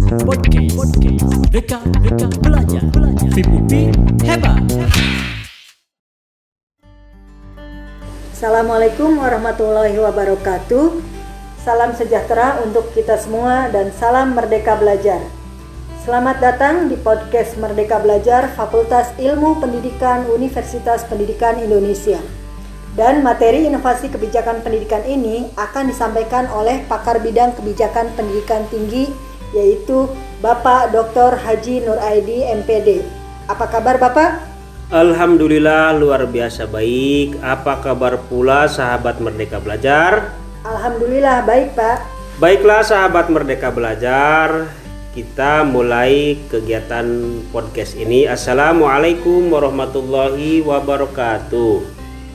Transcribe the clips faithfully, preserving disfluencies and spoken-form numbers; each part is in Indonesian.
Podcast, podcast, Merdeka, Merdeka Belajar, Belajar. F I P U P I hebat. Assalamualaikum warahmatullahi wabarakatuh. Salam sejahtera untuk kita semua dan salam Merdeka Belajar. Selamat datang di podcast Merdeka Belajar Fakultas Ilmu Pendidikan Universitas Pendidikan Indonesia. Dan materi inovasi kebijakan pendidikan ini akan disampaikan oleh pakar bidang kebijakan pendidikan tinggi, yaitu Bapak Doktor Haji Nur Aidi M P D. Apa kabar Bapak? Alhamdulillah luar biasa baik. Apa kabar pula sahabat Merdeka Belajar? Alhamdulillah baik Pak. Baiklah sahabat Merdeka Belajar, kita mulai kegiatan podcast ini. Assalamualaikum warahmatullahi wabarakatuh.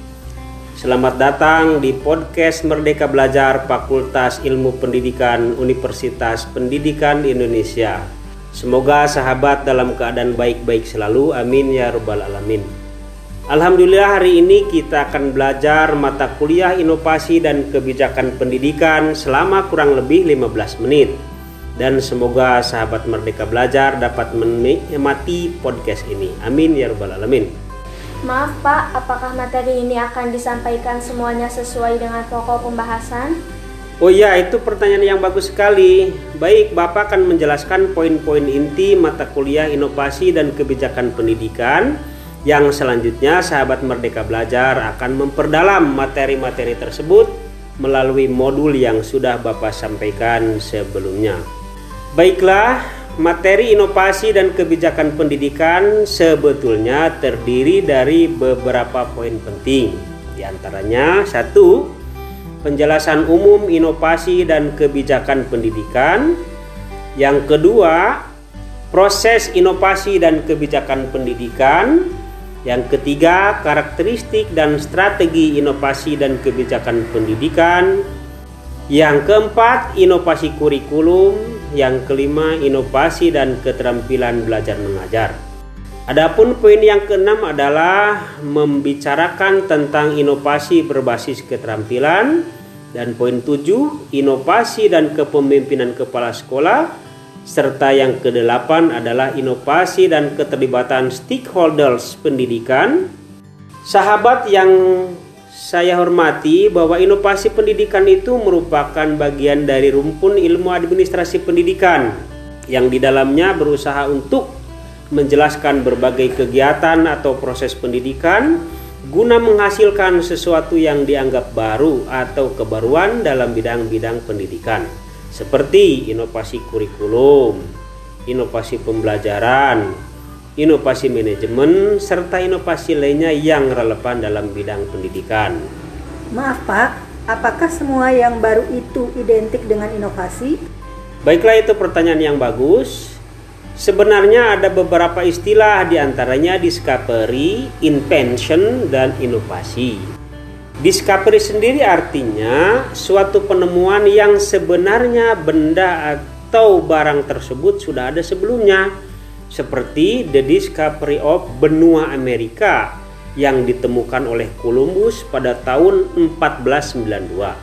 Selamat datang di podcast Merdeka Belajar Fakultas Ilmu Pendidikan Universitas Pendidikan Indonesia. Semoga sahabat dalam keadaan baik-baik selalu, amin ya rabbal alamin. Alhamdulillah hari ini kita akan belajar mata kuliah inovasi dan kebijakan pendidikan selama kurang lebih lima belas menit. Dan semoga sahabat Merdeka Belajar dapat menikmati podcast ini, amin ya rabbal alamin. Maaf Pak, apakah materi ini akan disampaikan semuanya sesuai dengan pokok pembahasan? Oh iya, itu pertanyaan yang bagus sekali. Baik, Bapak akan menjelaskan poin-poin inti mata kuliah inovasi dan kebijakan pendidikan. Yang selanjutnya sahabat Merdeka Belajar akan memperdalam materi-materi tersebut melalui modul yang sudah Bapak sampaikan sebelumnya. Baiklah, materi inovasi dan kebijakan pendidikan sebetulnya terdiri dari beberapa poin penting. Di antaranya, satu, penjelasan umum inovasi dan kebijakan pendidikan. Yang kedua, proses inovasi dan kebijakan pendidikan. Yang ketiga, karakteristik dan strategi inovasi dan kebijakan pendidikan. Yang keempat, inovasi kurikulum. Yang kelima, inovasi dan keterampilan belajar mengajar. Adapun poin yang keenam adalah membicarakan tentang inovasi berbasis keterampilan. Dan poin tujuh, inovasi dan kepemimpinan kepala sekolah. Serta yang kedelapan adalah inovasi dan keterlibatan stakeholders pendidikan. Sahabat yang saya hormati, bahwa inovasi pendidikan itu merupakan bagian dari rumpun ilmu administrasi pendidikan yang di dalamnya berusaha untuk menjelaskan berbagai kegiatan atau proses pendidikan guna menghasilkan sesuatu yang dianggap baru atau kebaruan dalam bidang-bidang pendidikan, seperti inovasi kurikulum, inovasi pembelajaran, inovasi manajemen, serta inovasi lainnya yang relevan dalam bidang pendidikan. Maaf Pak, apakah semua yang baru itu identik dengan inovasi? Baiklah, itu pertanyaan yang bagus. Sebenarnya ada beberapa istilah, diantaranya discovery, invention, dan inovasi. Discovery sendiri artinya suatu penemuan yang sebenarnya benda atau barang tersebut sudah ada sebelumnya, seperti the discovery of benua Amerika yang ditemukan oleh Columbus pada tahun empat belas sembilan puluh dua.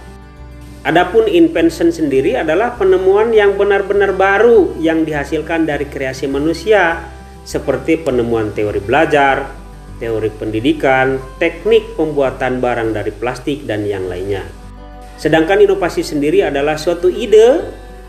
Adapun invention sendiri adalah penemuan yang benar-benar baru yang dihasilkan dari kreasi manusia, seperti penemuan teori belajar, teori pendidikan, teknik pembuatan barang dari plastik, dan yang lainnya. Sedangkan inovasi sendiri adalah suatu ide,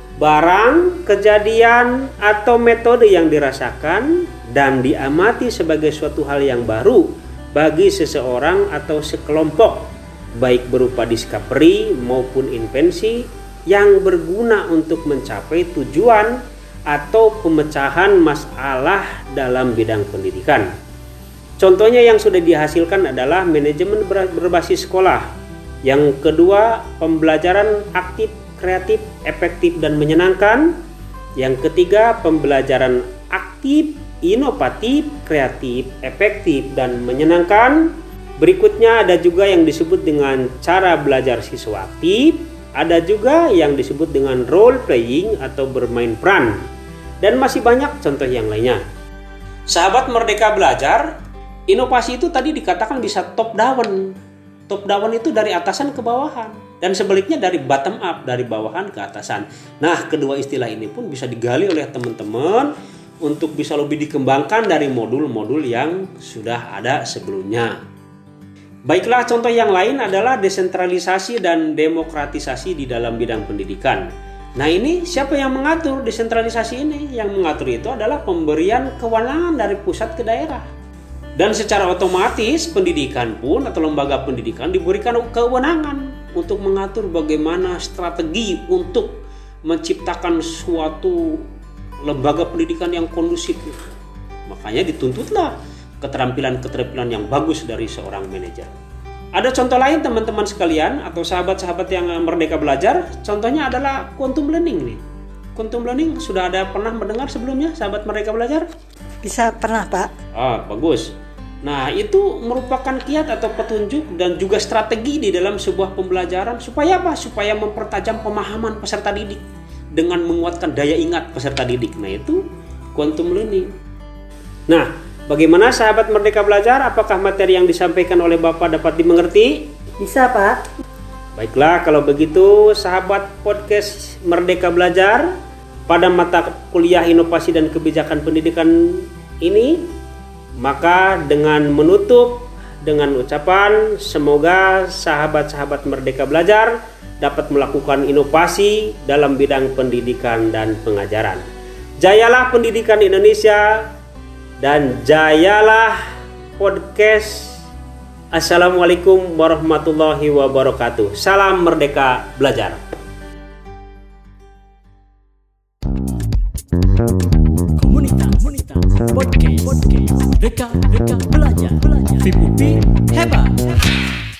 barang, kejadian, atau metode yang dirasakan dan diamati sebagai suatu hal yang baru bagi seseorang atau sekelompok, baik berupa discovery maupun invensi yang berguna untuk mencapai tujuan atau pemecahan masalah dalam bidang pendidikan. Contohnya yang sudah dihasilkan adalah manajemen berbasis sekolah. Yang kedua, pembelajaran aktif, kreatif, efektif, dan menyenangkan. Yang ketiga, pembelajaran aktif, inovatif, kreatif, efektif, dan menyenangkan. Berikutnya ada juga yang disebut dengan cara belajar siswa aktif. Ada juga yang disebut dengan role playing atau bermain peran. Dan masih banyak contoh yang lainnya. Sahabat Merdeka Belajar, inovasi itu tadi dikatakan bisa top down. Top down itu dari atasan ke bawahan. Dan sebaliknya dari bottom up, dari bawahan ke atasan. Nah, kedua istilah ini pun bisa digali oleh teman-teman untuk bisa lebih dikembangkan dari modul-modul yang sudah ada sebelumnya. Baiklah, contoh yang lain adalah desentralisasi dan demokratisasi di dalam bidang pendidikan. Nah, ini siapa yang mengatur desentralisasi ini? Yang mengatur itu adalah pemberian kewenangan dari pusat ke daerah. Dan secara otomatis pendidikan pun atau lembaga pendidikan diberikan kewenangan untuk mengatur bagaimana strategi untuk menciptakan suatu lembaga pendidikan yang kondusif. Makanya dituntutlah keterampilan-keterampilan yang bagus dari seorang manajer. Ada contoh lain teman-teman sekalian atau sahabat-sahabat yang merdeka belajar, contohnya adalah quantum learning nih. Quantum learning sudah ada pernah mendengar sebelumnya sahabat merdeka belajar? Bisa pernah, Pak. Ah, bagus. Nah, itu merupakan kiat atau petunjuk dan juga strategi di dalam sebuah pembelajaran supaya apa? Supaya mempertajam pemahaman peserta didik dengan menguatkan daya ingat peserta didik. Nah, itu quantum learning. Nah, bagaimana sahabat merdeka belajar? Apakah materi yang disampaikan oleh Bapak dapat dimengerti? Bisa, Pak. Baiklah, kalau begitu sahabat podcast Merdeka Belajar, pada mata kuliah inovasi dan kebijakan pendidikan ini, maka dengan menutup dengan ucapan semoga sahabat-sahabat Merdeka Belajar dapat melakukan inovasi dalam bidang pendidikan dan pengajaran. Jayalah pendidikan Indonesia dan jayalah podcast. Assalamualaikum warahmatullahi wabarakatuh. Salam Merdeka Belajar. Komunitas, komunitas, podcast, podcast, Merdeka, Merdeka Belajar, Belajar. V I P U P I hebat.